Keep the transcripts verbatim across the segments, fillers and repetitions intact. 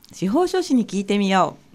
司法書士に聞いてみよう。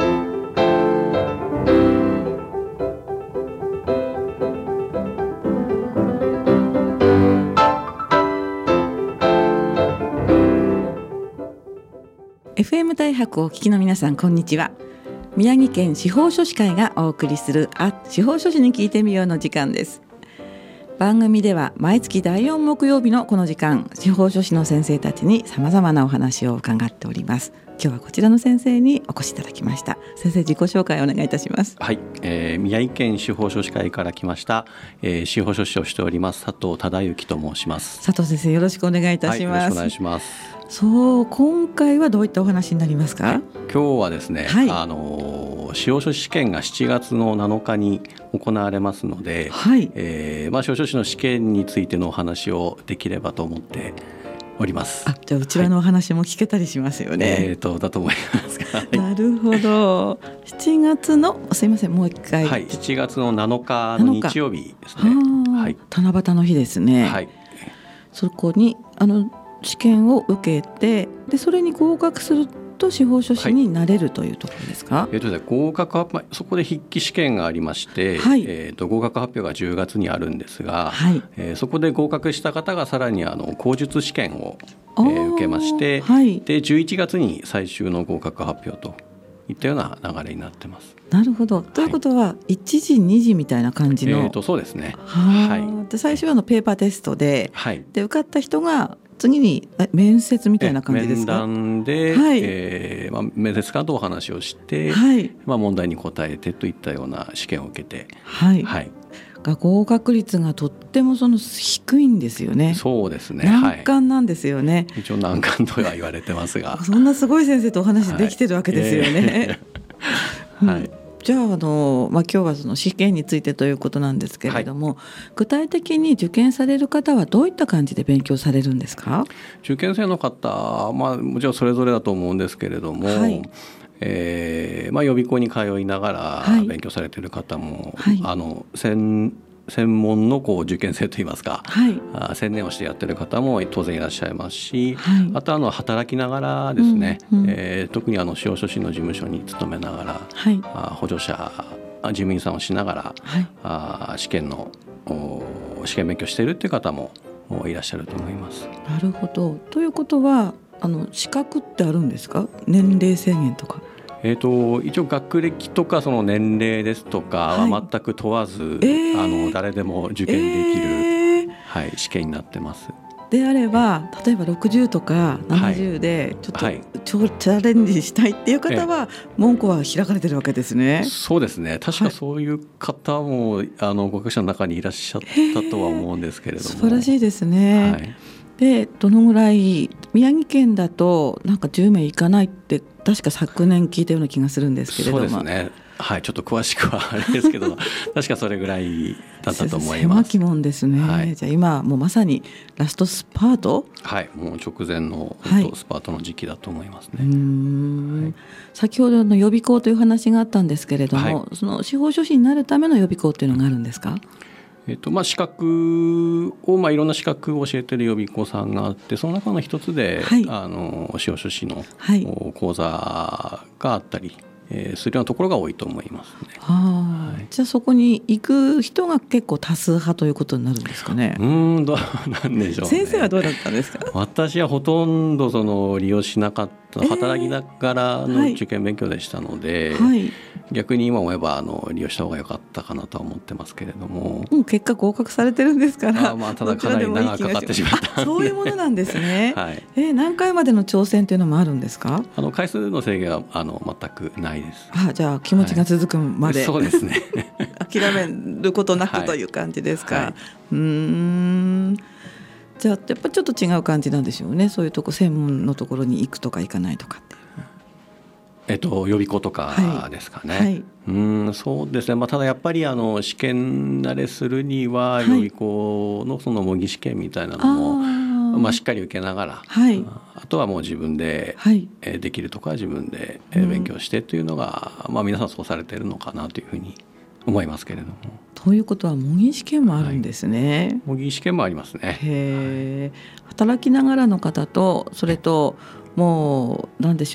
エフエム 大白をお聞きの皆さん、こんにちは。宮城県司法書士会がお送りするあ司法書士に聞いてみようの時間です。番組では毎月だいよん木曜日のこの時間、司法書士の先生たちにさまざまなお話を伺っております。今日はこちらの先生にお越しいただきました。先生、自己紹介をお願いいたします。 はい、えー、宮城県司法書士会から来ました、えー、司法書士をしております佐藤忠之と申します。 佐藤先生、よろしくお願いいたします。 はい、よろしくお願いします。 そう、今回はどういったお話になりますか？ はい、今日はですね、 はい、 あの司法書士試験がしちがつのなのかに行われますので、 はい、 えーまあ、司法書士の試験についてのお話をできればと思っております。 あ、じゃあうちわのお話も聞けたりしますよね。 はい、えーとだと思いますが、はい、 なるほど。しちがつのすいませんもう一回、 はい、しちがつのなのかの日曜日ですね。 はい、七夕の日ですね。 はい、そこにあの試験を受けて、でそれに合格すると司法書士になれるというところですか？はい、 えーとね、合格発表、そこで筆記試験がありまして、はい、えーと合格発表がじゅうがつにあるんですが、はい、えー、そこで合格した方がさらにあの口述試験を、えー、受けまして、はい、でじゅういちがつに最終の合格発表といったような流れになってます。 なるほど。ということは、はい、いちじにじみたいな感じの、 えーとそうですね。 はい、で最初はのペーパーテストで、はい、で受かった人が次に面接みたいな感じですか？ 面談で、はい、えーまあ、面接官とお話をして、はい、まあ、問題に答えてといったような試験を受けて、はいはい、 が合格率がとってもその低いんですよね。 そうですね。 難関なんですよね。 はい、一応難関とは言われてますがそんなすごい先生とお話できてるわけですよね。はい、はい、じゃあ、あの、まあ、今日はその試験についてということなんですけれども、はい、具体的に受験される方はどういった感じで勉強されるんですか？ 受験生の方、まあ、もちろんそれぞれだと思うんですけれども、はい、えーまあ、予備校に通いながら勉強されている方も、はい、あの専専門のこう受験生といいますか、はい、あ専念をしてやってる方も当然いらっしゃいますし、はい、あとあの働きながらですね、うんうん、えー、特にあの司法書士の事務所に勤めながら、はい、あ補助者事務員さんをしながら、はい、あ試験の試験勉強しているっていう方もいらっしゃると思います。 なるほど。ということはあの資格ってあるんですか？年齢制限とか。 えー、と一応学歴とかその年齢ですとかは全く問わず、はい、えー、あの誰でも受験できる、えーはい、試験になってます。 であれば例えばろくじゅうとかななじゅうでちょっと、はい、チャレンジしたいっていう方は門戸は開かれてるわけですね。 そうですね。確かそういう方も、はい、あの合格者の中にいらっしゃったとは思うんですけれども、 素晴らしいですね。はい、でどのぐらい宮城県だとなんかじゅうめいいかないって確か昨年聞いたような気がするんですけれども。 そうですね。はい、ちょっと詳しくはあれですけど確かそれぐらいだったと思います。 狭き門ですね。はい、じゃあ今もうまさにラストスパート、 はい、もう直前のスパートの時期だと思いますね。 はい、うーん、はい、先ほどの予備校という話があったんですけれども、はい、その司法書士になるための予備校というのがあるんですか？ えっとまあ、資格を、まあ、いろんな資格を教えている予備校さんがあって、その中の一つで、はい、あの司法書士の、はい、講座があったり、えー、するようなところが多いと思いますね。 はあ、じゃあそこに行く人が結構多数派ということになるんですかね。 うーん、どうなんでしょうね。 先生はどうだったんですか？ 私はほとんどその利用しなかった、働きながらの受験勉強でしたので、えーはい、逆に今思えばあの利用した方が良かったかなとは思ってますけれども、 もう結果合格されてるんですから。 あ、まあ、ただかなり長くかかってしまったそういうものなんですね。 はい、 えー、何回までの挑戦というのもあるんですか？ あの回数の制限はあの全くないです。 あ、じゃあ気持ちが続くまで、 はい、そうですね諦めることなくという感じですか？はいはい、うーん、じゃあやっぱちょっと違う感じなんでしょうね。そういうとこ専門のところに行くとか行かないとかって。 えっと、予備校とかですかね。はいはい、うーん、そうですね。まあ、ただやっぱりあの試験慣れするには予備校のその模擬試験みたいなのも、はい、まあ、しっかり受けながら、はい、あとはもう自分で、はい、えできるとか自分で勉強してというのが、うん、まあ、皆さんそうされているのかなというふうに思いますけれども。 ということは模擬試験もあるんですね。はい、 模擬試験もありますね。 へー、はい、働きながらの方とそれともう何でしょう、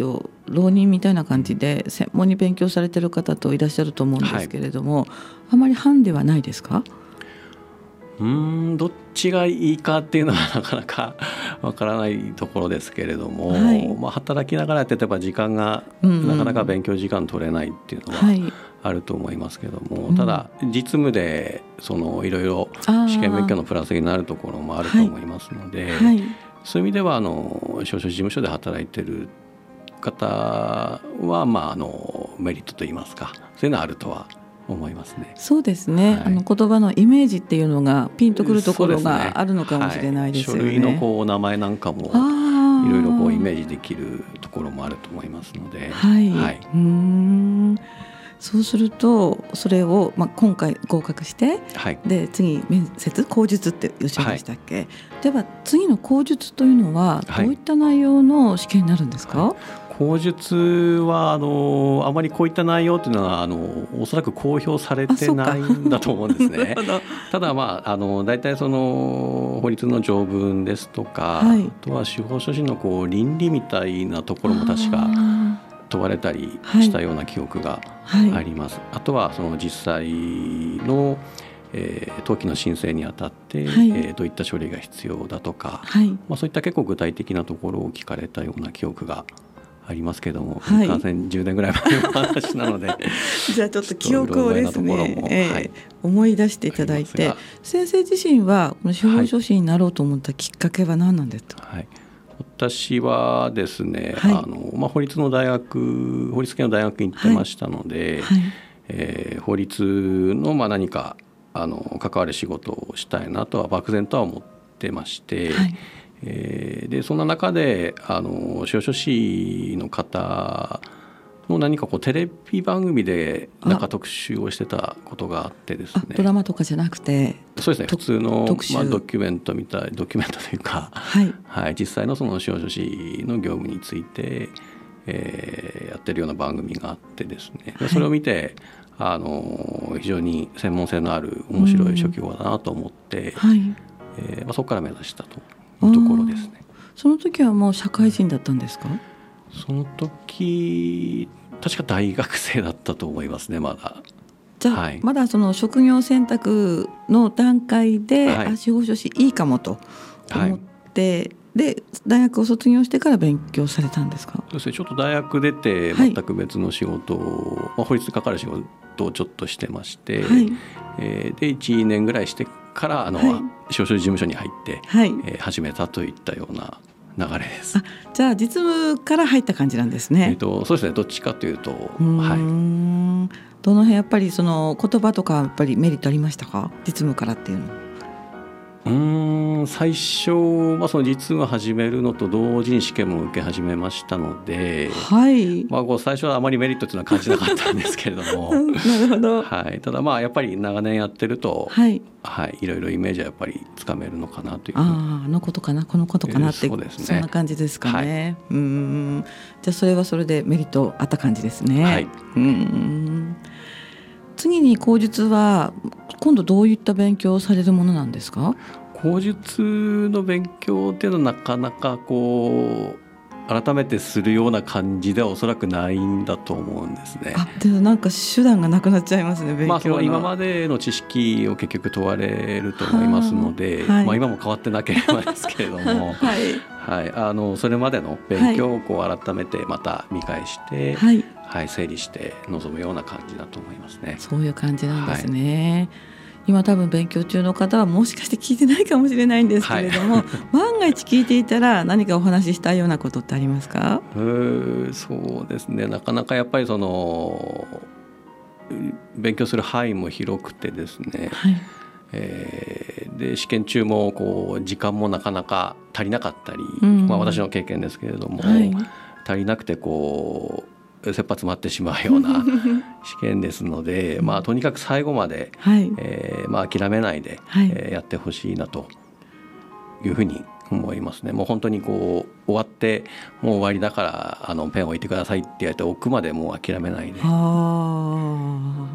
浪人みたいな感じで専門に勉強されてる方といらっしゃると思うんですけれども、はい、あまりハンデはないですか？ うーんどっちがいいかっていうのはなかなかわからないところですけれども、はい、まあ、働きながらやっててば時間が、うんうん、なかなか勉強時間取れないっていうのはあると思いますけども、はい、ただ実務でそのいろいろ試験勉強のプラスになるところもあると思いますので、はいはい、そういう意味ではあの司法書士事務所で働いてる方は、まあ、あのメリットといいますか、そういうのはあるとは思いますね。 そうですね、はい、あの言葉のイメージっていうのがピンとくるところがあるのかもしれないですよね。 はい、書類のこう名前なんかもいろいろこうイメージできるところもあると思いますので、 はいはい、うーんそうするとそれを、まあ、今回合格して、はい、で次面接口述っておっしゃいましたっけ、はい、では次の口述というのはどういった内容の試験になるんですか？はい、 口述はあのあまりこういった内容というのはあのおそらく公表されてないんだと思うんですね。ただ、まあ、あの大体その法律の条文ですとか、はい、あとは司法書士のこう倫理みたいなところも確か問われたりしたような記憶があります。はいはい、あとはその実際のえー、登記の申請にあたって、はい、えー、どういった処理が必要だとか、はい、まあ、そういった結構具体的なところを聞かれたような記憶がありますけども、はい、完全にじゅうねんぐらい前の話なのでじゃあちょっと記憶をですね、えーはい、思い出していただいて、先生自身はこの司法書士になろうと思ったきっかけは何なんですか？ はい、私はですね、はい、あのまあ、法律の大学法律系の大学に行ってましたので、はいはい、えー、法律のまあ何かあの関わる仕事をしたいなとは漠然とは思ってまして、はい、えー、でそんな中であの司法書士の方の何かこうテレビ番組でなんか特集をしてたことがあってですね。 ドラマとかじゃなくて、 そうですね、普通の、まあ、ドキュメントみたいドキュメントというか、はいはい、実際のその司法書士の業務について、えー、やってるような番組があってですね、でそれを見て、はい、あの非常に専門性のある面白い職業だなと思って、はい、えーまあ、そこから目指したというところですね。 その時はもう社会人だったんですか？ その時確か大学生だったと思いますね。まだじゃあ、はい、まだその職業選択の段階で、はい、司法書士いいかもと思って、はい、で大学を卒業してから勉強されたんですか？ そうですね、ちょっと大学出て全く別の仕事を、はい、まあ、法律に関わる仕事をちょっとしてまして、はい、えー、でいちねんぐらいしてからあの、はい、司法書士事務所に入って、はい、えー、始めたといったような流れです。 あ、じゃあ実務から入った感じなんですね。 えーと、そうですね、どっちかというと、はい、 どの辺やっぱりその言葉とかやっぱりメリットありましたか？実務からっていうの。 うーん最初、まあ、その実務を始めるのと同時に試験も受け始めましたので、はい、まあ、こう最初はあまりメリットというのは感じなかったんですけれどもなるほど、はい、ただまあやっぱり長年やってると、はいはい、いろいろイメージはやっぱりつかめるのかなという。 ああ、あのことかなこのことかなって、えー そうですね、そんな感じですかね。はい、うーん、じゃあそれはそれでメリットあった感じですね。はい、うーん、次に口述は今度どういった勉強をされるものなんですか？ 口述の勉強っていうのはなかなかこう改めてするような感じではおそらくないんだと思うんですね。 あ、でもなんか手段がなくなっちゃいますね、勉強の。 まあ、その今までの知識を結局問われると思いますので、はい、まあ、今も変わってなければですけれども、はいはい、あのそれまでの勉強をこう改めてまた見返して、はいはい、整理して臨むような感じだと思いますね。 そういう感じなんですね。はい、今多分勉強中の方はもしかして聞いてないかもしれないんですけれども、はい、万が一聞いていたら何かお話ししたいようなことってありますか？ うーそうですね、なかなかやっぱりその勉強する範囲も広くてですね、はい、えー、で試験中もこう時間もなかなか足りなかったり、うん、まあ、私の経験ですけれども、はい、足りなくてこう切羽詰まってしまうような試験ですのでまあ、とにかく最後まで、はい、えーまあ、諦めないで、はい、えー、やってほしいなというふうに思いますね。もう本当にこう終わってもう終わりだからあのペンを置いてくださいって言われて置くまでもう諦めないで。 あ、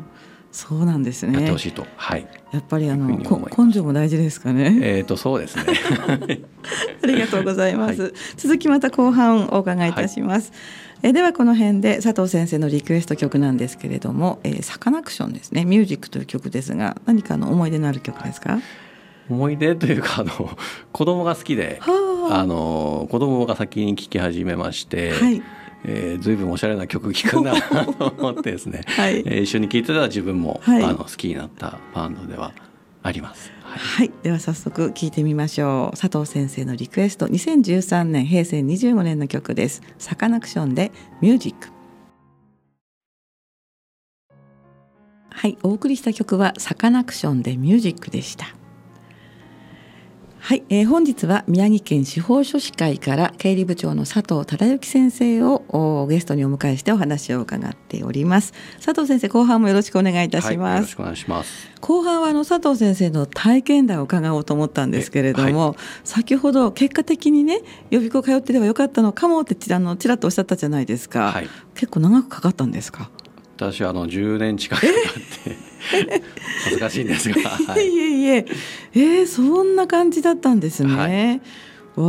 そうなんですね。 やってほしいと、はい、 やっぱりあの根性も大事ですかね。 えーとそうですねありがとうございます、はい、続きまた後半お伺いいたします、はい、えではこの辺で佐藤先生のリクエスト曲なんですけれども、えー、サカナクションですね、ミュージックという曲ですが、何かの思い出のある曲ですか？ 思い出というか、あの子供が好きで、あの子供が先に聴き始めまして、はい、えー、ずいぶんおしゃれな曲聴くなと思ってですね、はい、えー、一緒に聴いてたら自分も、はい、あの好きになったバンドではあります。はい、 はい、では早速聴いてみましょう。佐藤先生のリクエスト、にせんじゅうさんねんへいせいにじゅうごねんの曲です。サカナクションでミュージック。はい、お送りした曲はサカナクションでミュージックでした。はい、えー、本日は宮城県司法書士会から経理部長の佐藤忠之先生をゲストにお迎えしてお話を伺っております。佐藤先生、後半もよろしくお願いいたします。はい、よろしくお願いします。 後半はあの佐藤先生の体験談を伺おうと思ったんですけれども、はい、先ほど結果的にね、予備校通ってればよかったのかもってちあのちらっとおっしゃったじゃないですか、はい、結構長くかかったんですか？ 私はあのじゅうねん近くかかって恥ずかしいんですが、はい、 いえいえ、えー、そんな感じだったんですね、はい、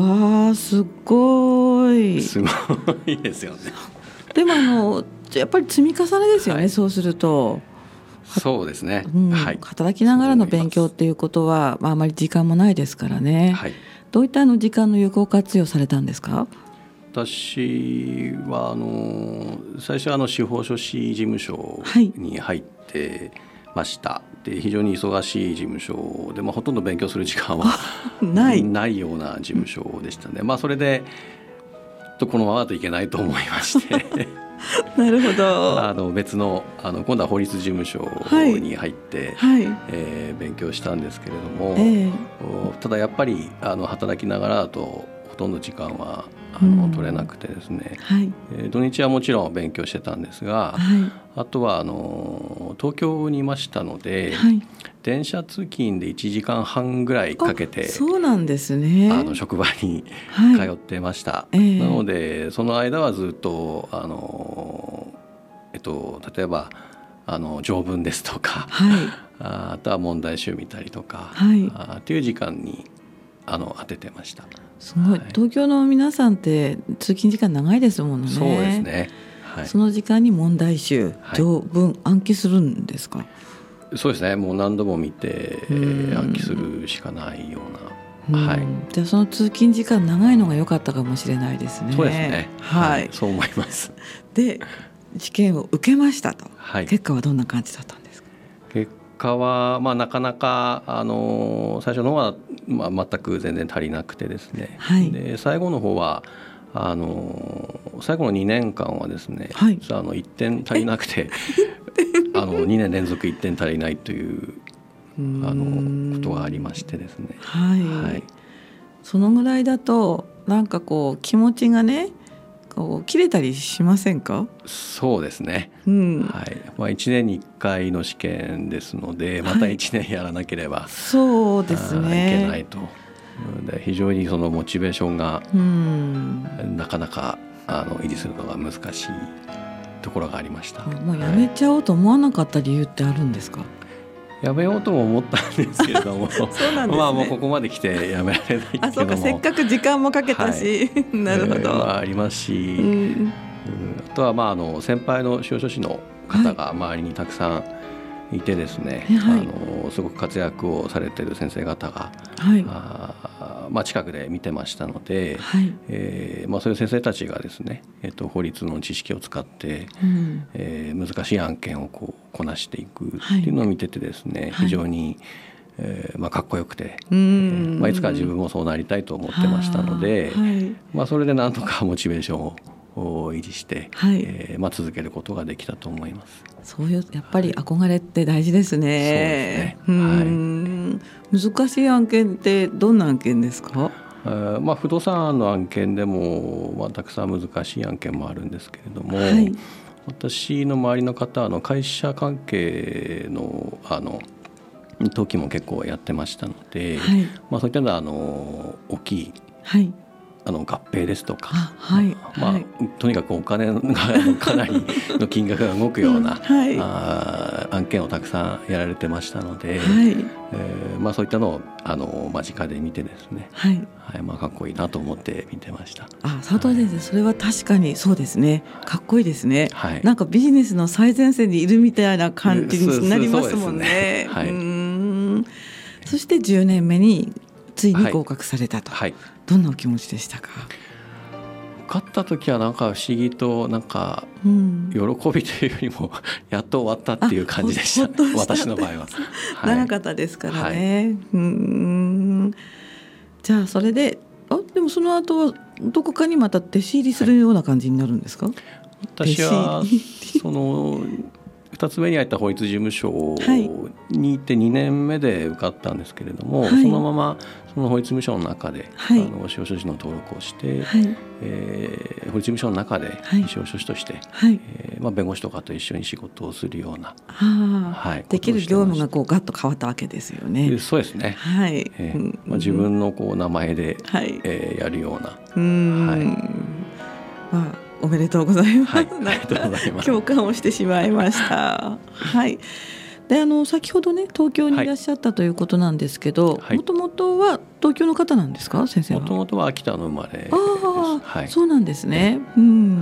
わあ、すごいすごいですよね。 でもあのやっぱり積み重ねですよね、はい、そうすると。 そうですね、 うん、はい、働きながらの勉強っていうことは、まあ、あまり時間もないですからね、はい、どういったあの時間の有効活用されたんですか？ 私はあの最初はあの司法書士事務所に入ってました、はい、で非常に忙しい事務所で、まあ、ほとんど勉強する時間はない、ないような事務所でしたね、まあ、それでこのままだといけないと思いましてなるほど、 あの別の、あの今度は法律事務所に入って、はいはい、えー、勉強したんですけれども、えー、ただやっぱりあの働きながらだとほとんど時間はあの、うん、取れなくてですね、はい、えー、土日はもちろん勉強してたんですが、はい、あとはあの東京にいましたので、はい、電車通勤でいちじかんはんぐらいかけて、 そうなんですね、 あの職場に通ってました、はい、えー、なのでその間はずっとあの、えっと、例えばあの条文ですとか、はい、あ, あとは問題集見たりとか、はい、あという時間にあの当ててました。 すごい、はい、東京の皆さんって通勤時間長いですもんね。 そうですね、はい、 その時間に問題集、条文、はい、暗記するんですか？ そうですね、もう何度も見て暗記するしかないような、はい、 じゃあその通勤時間長いのが良かったかもしれないですね。 そうですね、はい、はい、そう思います。 で試験を受けましたと、はい、結果はどんな感じだったんですか？ 結果は、まあ、なかなかあの最初の方は、まあ、全く全然足りなくてですね、はい、で最後の方はあの最後のにねんかんはですね、はい、あのいってん足りなくてあのにねん連続いってん足りないというあのことがありましてですね、 はいはい、そのぐらいだとなんかこう気持ちがねこう切れたりしませんか？ そうですね、うん、はい、まあ、いちねんにいっかいの試験ですのでまたいちねんやらなければ、はい、そうですね、いけないと。で非常にそのモチベーションが、うん、なかなかあの維持するのが難しいところがありました。 もうやめちゃおうと思わなかった理由ってあるんですか？ やめようとも思ったんですけれどもそうなんです、ね、まあもうここまで来てやめられないっていうのも、あ、そうか、 せっかく時間もかけたし、はい、なるほど、えーまあ、ありますし、うん、あとはまああの先輩の司法書士の方が周りにたくさんいてですね、はい、あのすごく活躍をされている先生方が、はい、あまあ、近くで見てましたので、はい、えーまあ、そういう先生たちがですね、えー、と法律の知識を使って、うん、えー、難しい案件をこうこなしていくっていうのを見ててですね、はい、非常に、えーまあ、かっこよくて、えーまあ、いつか自分もそうなりたいと思ってましたので、はい、まあ、それでなんとかモチベーションを維持して、はい、えーまあ、続けることができたと思います。 そういうやっぱり憧れって大事ですね。そうですね、うん、はい、難しい案件ってどんな案件ですか？ あ、まあ、不動産の案件でも、まあ、たくさん難しい案件もあるんですけれども、はい、私の周りの方は会社関係 の, あの登記も結構やってましたので、はい、まあ、そういったのはあの大きい、はい、 あの合併ですとか、 はいまあ、 はい、 とにかくお金がかなりの金額が動くような、うんはい、あ案件をたくさんやられてましたので、はいえーまあ、そういったのをあの間近で見てですね、はいはいまあ、かっこいいなと思って見てました。 あ、佐藤先生、はい、それは確かにそうですね、かっこいいですね、はい、なんかビジネスの最前線にいるみたいな感じになりますもんね。うーん、そしてじゅうねんめについに合格されたと、はいはい、どんなお気持ちでしたか？ 受かった時はなんか不思議となんか喜びというよりもやっと終わったっていう感じでした、ね、私の場合は、 はい、長かったですからね、はい、うーんじゃあそれであでもその後はどこかにまた弟子入りするような感じになるんですか？はい、 私はそのふたつめに入った法律事務所に行ってにねんめで受かったんですけれども、はい、そのままその法律事務所の中で、はい、あの司法書士の登録をして、はいえー、法律事務所の中で司法書士として、はいえーまあ、弁護士とかと一緒に仕事をするような、はい、 できる業務がこうガッと変わったわけですよね。 そうですね、はいえーまあ、自分のこう名前で、はいえー、やるような、 うん、はいまあおめでとうございます。はい、 ありがとうございます。 共感をしてしまいました。はい。で、あの先ほどね東京にいらっしゃったということなんですけど、もともとは東京の方なんですか、先生は？ もともとは秋田の生まれです。 ああ、はい、そうなんですね。うん。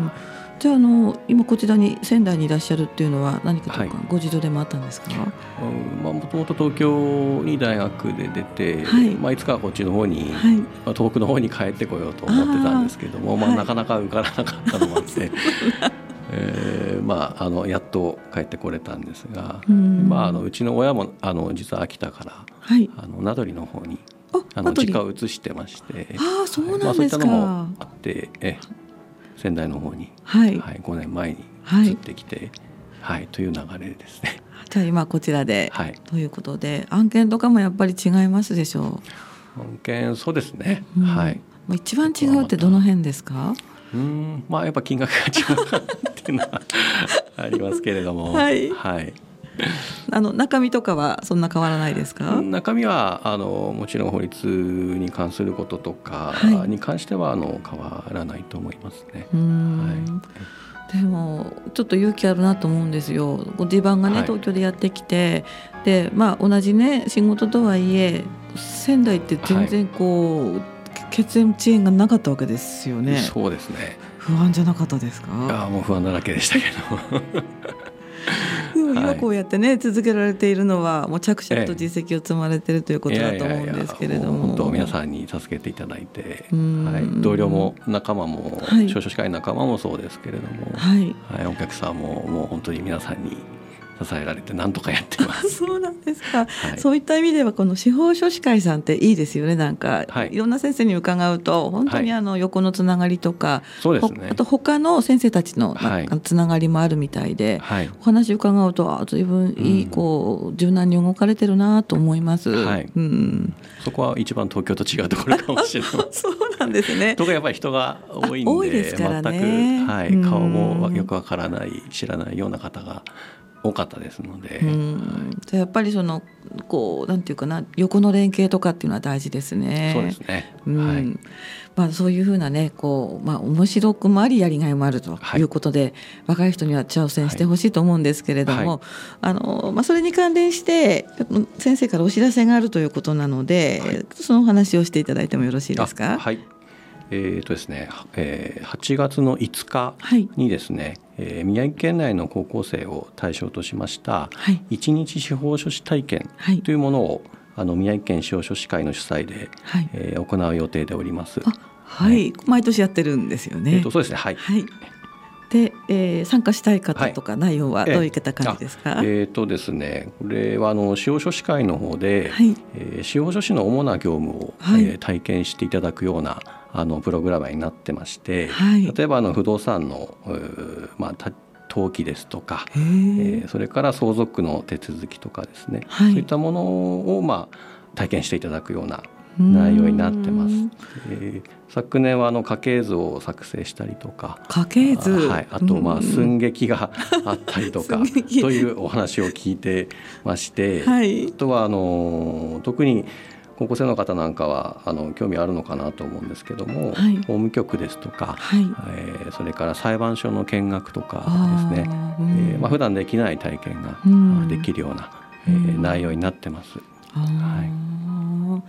じゃあ、あの今こちらに仙台にいらっしゃるっていうのは何かとか、はい、ご事情でもあったんですか？ うんまあ、もともと東京に大学で出て、はいまあ、いつかはこっちの方に、はいまあ、東北の方に帰ってこようと思ってたんですけども、あ、まあ、なかなか受からなかったのもあって、えーまあ、あのやっと帰ってこれたんですが、まあ、あのうちの親もあの実は秋田から、はい、あの名取の方にあの実家を移してまして、 ああ、そうなんですか。 まあ、そういったのもあってえ仙台の方に、はいはい、ごねんまえに移ってきて、はいはい、という流れですね。 じゃあ今こちらで、はい、ということで案件とかもやっぱり違いますでしょう？案件そうですね、うんはい、 一番違うってどの辺ですか？ うんまあ、やっぱ金額が違うっていうのはありますけれども、はいはい、 あの中身とかはそんな変わらないですか？ 中身はあのもちろん法律に関することとかに関しては、はい、あの変わらないと思いますね。うん、 はい、でもちょっと勇気あるなと思うんですよ。地盤がね、はい、東京でやってきてで、まあ、同じね仕事とはいえ仙台って全然こう、はい、血縁遅延がなかったわけですよね。 そうですね。 不安じゃなかったですか？ いやもう不安だらけでしたけどでも今こうやってね、はい、続けられているのはもう着々と実績を積まれているということだと思うんですけれども、いやいやいや本当皆さんに助けていただいて、はい、同僚も仲間も、司法書士会仲間もそうですけれども、はいはい、お客さんももう本当に皆さんに支えられて何とかやってますそうなんですか、はい、そういった意味ではこの司法書士会さんっていいですよね。なんか、はい、いろんな先生に伺うと本当にあの横のつながりとか、はい、そうですね、あと他の先生たちのつながりもあるみたいで、はい、お話伺うと随分いい、うん、こう柔軟に動かれてるなと思います、はいうん、 そこは一番東京と違うところかもしれないそうなんですね。 とかやっぱり人が多いんで、 多いですからね、 全く、はい、顔もよくわからない知らないような方が多かったですので、うん、 やっぱりそのこうなんていうかな横の連携とかっていうのは大事ですね。 そうですね、 うんはいまあ、そういうふうなねこう、まあ、面白くもありやりがいもあるということで、はい、若い人には挑戦してほしいと思うんですけれども、はいあのまあ、それに関連して先生からお知らせがあるということなので、はい、そのお話をしていただいてもよろしいですか？ はいえーとですねえー、はちがつのいつかにですね、はいえー、宮城県内の高校生を対象としました一日司法書士体験というものを、はい、あの宮城県司法書士会の主催で、はいえー、行う予定でおります。 あ、はいはい、毎年やってるんですよね。 えーとそうですね、はい、はいでえー、参加したい方とか内容はどういった感じですか？ はい、えー、えーとですね、これはあの司法書士会の方で、はいえー、司法書士の主な業務を、はいえー、体験していただくようなあのプログラムになってまして、はい、例えばあの不動産の、まあ、登記ですとか、えー、それから相続の手続きとかですね、はい、そういったものを、まあ、体験していただくような内容になってます。えー、昨年はあの家系図を作成したりとか家系図 あ,、 はい、あとまあ寸劇があったりとかというお話を聞いてまして、はい、あとはあの特に高校生の方なんかはあの興味あるのかなと思うんですけども、はい、法務局ですとか、はい、えー、それから裁判所の見学とかですね、うん、えーまあ、普段できない体験ができるような、うん、えー、内容になってます。はい、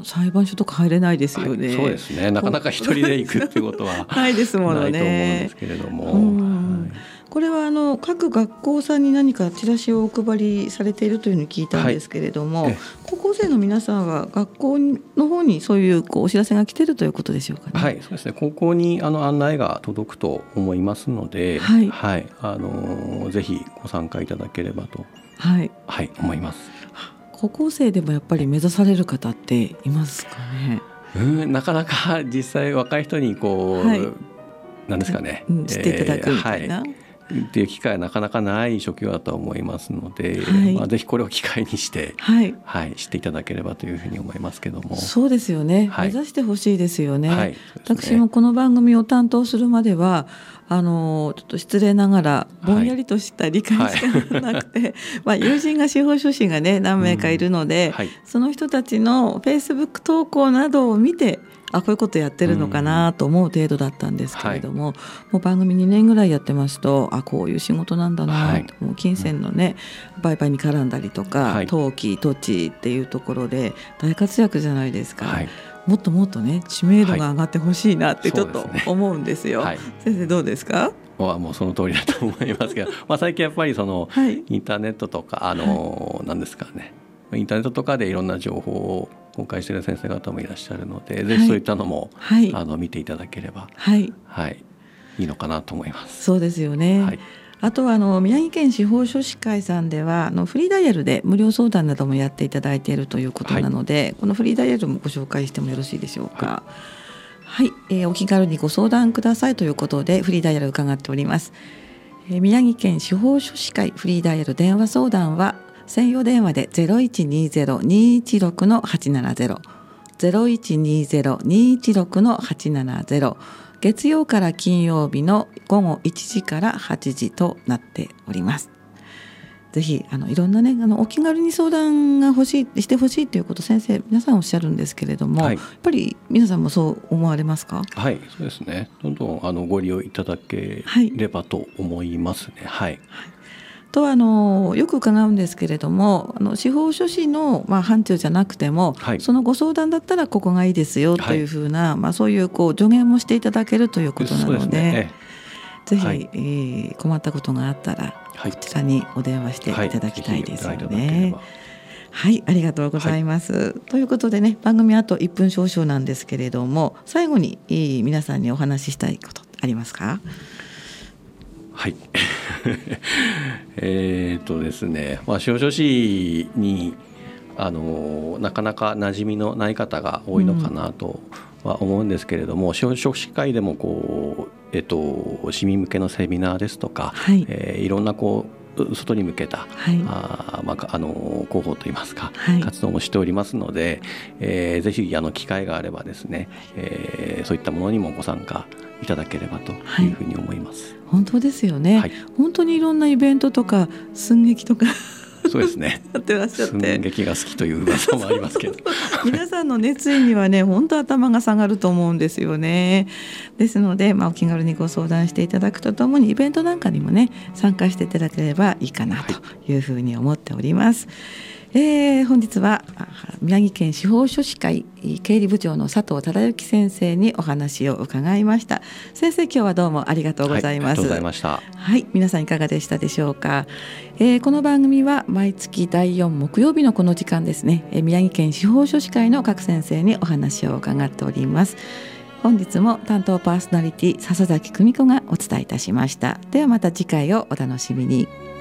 裁判所とか入れないですよね。 はい、そうですね、なかなか一人で行くってことはないですものね。 ないと思うんですけれども、うん、はい、 これはあの各学校さんに何かチラシをお配りされているというのを聞いたんですけれども、はい、高校生の皆さんは学校の方にそういうこうお知らせが来ているということでしょうかね。 はい、そうですね、高校にあの案内が届くと思いますので、はいはい、あのぜひご参加いただければと、はいはい、思います。 高校生でもやっぱり目指される方っていますかね。 うん、なかなか実際若い人にこう、はい、なんですかね、 うん、知っていただくみたいな、 えーはいっていう機会はなかなかない職業だと思いますので、はい、まあ、ぜひこれを機会にして、はいはい、知っていただければというふうに思いますけども。 そうですよね、はい、目指してほしいですよね。はい、そうですね。私もこの番組を担当するまではあのちょっと失礼ながらぼんやりとした理解しかなくて、はいまあ、友人が司法書士がね何名かいるので、うん、はい、その人たちのフェイスブック投稿などを見てあこういうことやってるのかなと思う程度だったんですけれども、うん、はい、もう番組にねんぐらいやってますとあこういう仕事なんだなと、はい、もう金銭のね売買に絡んだりとか、はい、登記土地っていうところで大活躍じゃないですか。はい、もっともっとね知名度が上がってほしいなってちょっと思うんですよ。はい、先生どうですか？ はもうその通りだと思いますけどまあ最近やっぱりその、はい、インターネットとかあの、はい、なんですかね、インターネットとかでいろんな情報を公開している先生方もいらっしゃるので、はい、ぜひそういったのも、はい、あの見ていただければ、はいはい、いいのかなと思います。 そうですよね。はい、あとはあの宮城県司法書士会さんではあのフリーダイヤルで無料相談などもやっていただいているということなので、はい、このフリーダイヤルもご紹介してもよろしいでしょうか。はい、はい、えー、お気軽にご相談くださいということでフリーダイヤル伺っております。えー、宮城県司法書士会フリーダイヤル電話相談は専用電話で ゼロいちにゼロ にいちろく はちななゼロ ゼロいちにゼロ にいちろく はちななゼロ、月曜から金曜日の午後いちじからはちじとなっております。ぜひあのいろんなねあのお気軽に相談が欲しいしてほしいということ先生皆さんおっしゃるんですけれども、はい、やっぱり皆さんもそう思われますか？ はい、そうですね、どんどんあのご利用いただければと思いますね。はい、はい、 とあのよく伺うんですけれどもあの司法書士の、まあ、範疇じゃなくても、はい、そのご相談だったらここがいいですよというふうな、はい、まあ、そういうこう助言もしていただけるということなの で, で、ね、ぜひ、はい、えー、困ったことがあったらこちらにお電話していただきたいですよね。はい、はい、ありがとうございます、はい、ということでね番組あといっぷん少々なんですけれども最後に皆さんにお話ししたいことありますか？ はいえっとですね、まあ、司法書士にあのなかなか馴染みのない方が多いのかなとは思うんですけれども、うん、司法書士会でもこう、えっと、市民向けのセミナーですとか、はい、えー、いろんなこう外に向けた、はい、あまあ、あの広報といいますか、はい、活動もしておりますので、えー、ぜひあの機会があればですね、えー、そういったものにもご参加いただければというふうに思います。はい、 本当ですよね。はい、本当にいろんなイベントとか寸劇とかそうですねやってらっしゃって寸劇が好きという噂もありますけど皆さんの熱意にはね本当頭が下がると思うんですよね。ですので、まあ、お気軽にご相談していただくとともにイベントなんかにもね参加していただければいいかなというふうに思っております。はい、えー、本日は宮城県司法書士会経理部長の佐藤忠之先生にお話を伺いました。先生今日はどうもありがとうございます。はい、ありがとうございました。はい、皆さんいかがでしたでしょうか。えー、この番組は毎月だいよん木曜日のこの時間ですね、えー、宮城県司法書士会の各先生にお話を伺っております。本日も担当パーソナリティ笹崎久美子がお伝えいたしました。ではまた次回をお楽しみに。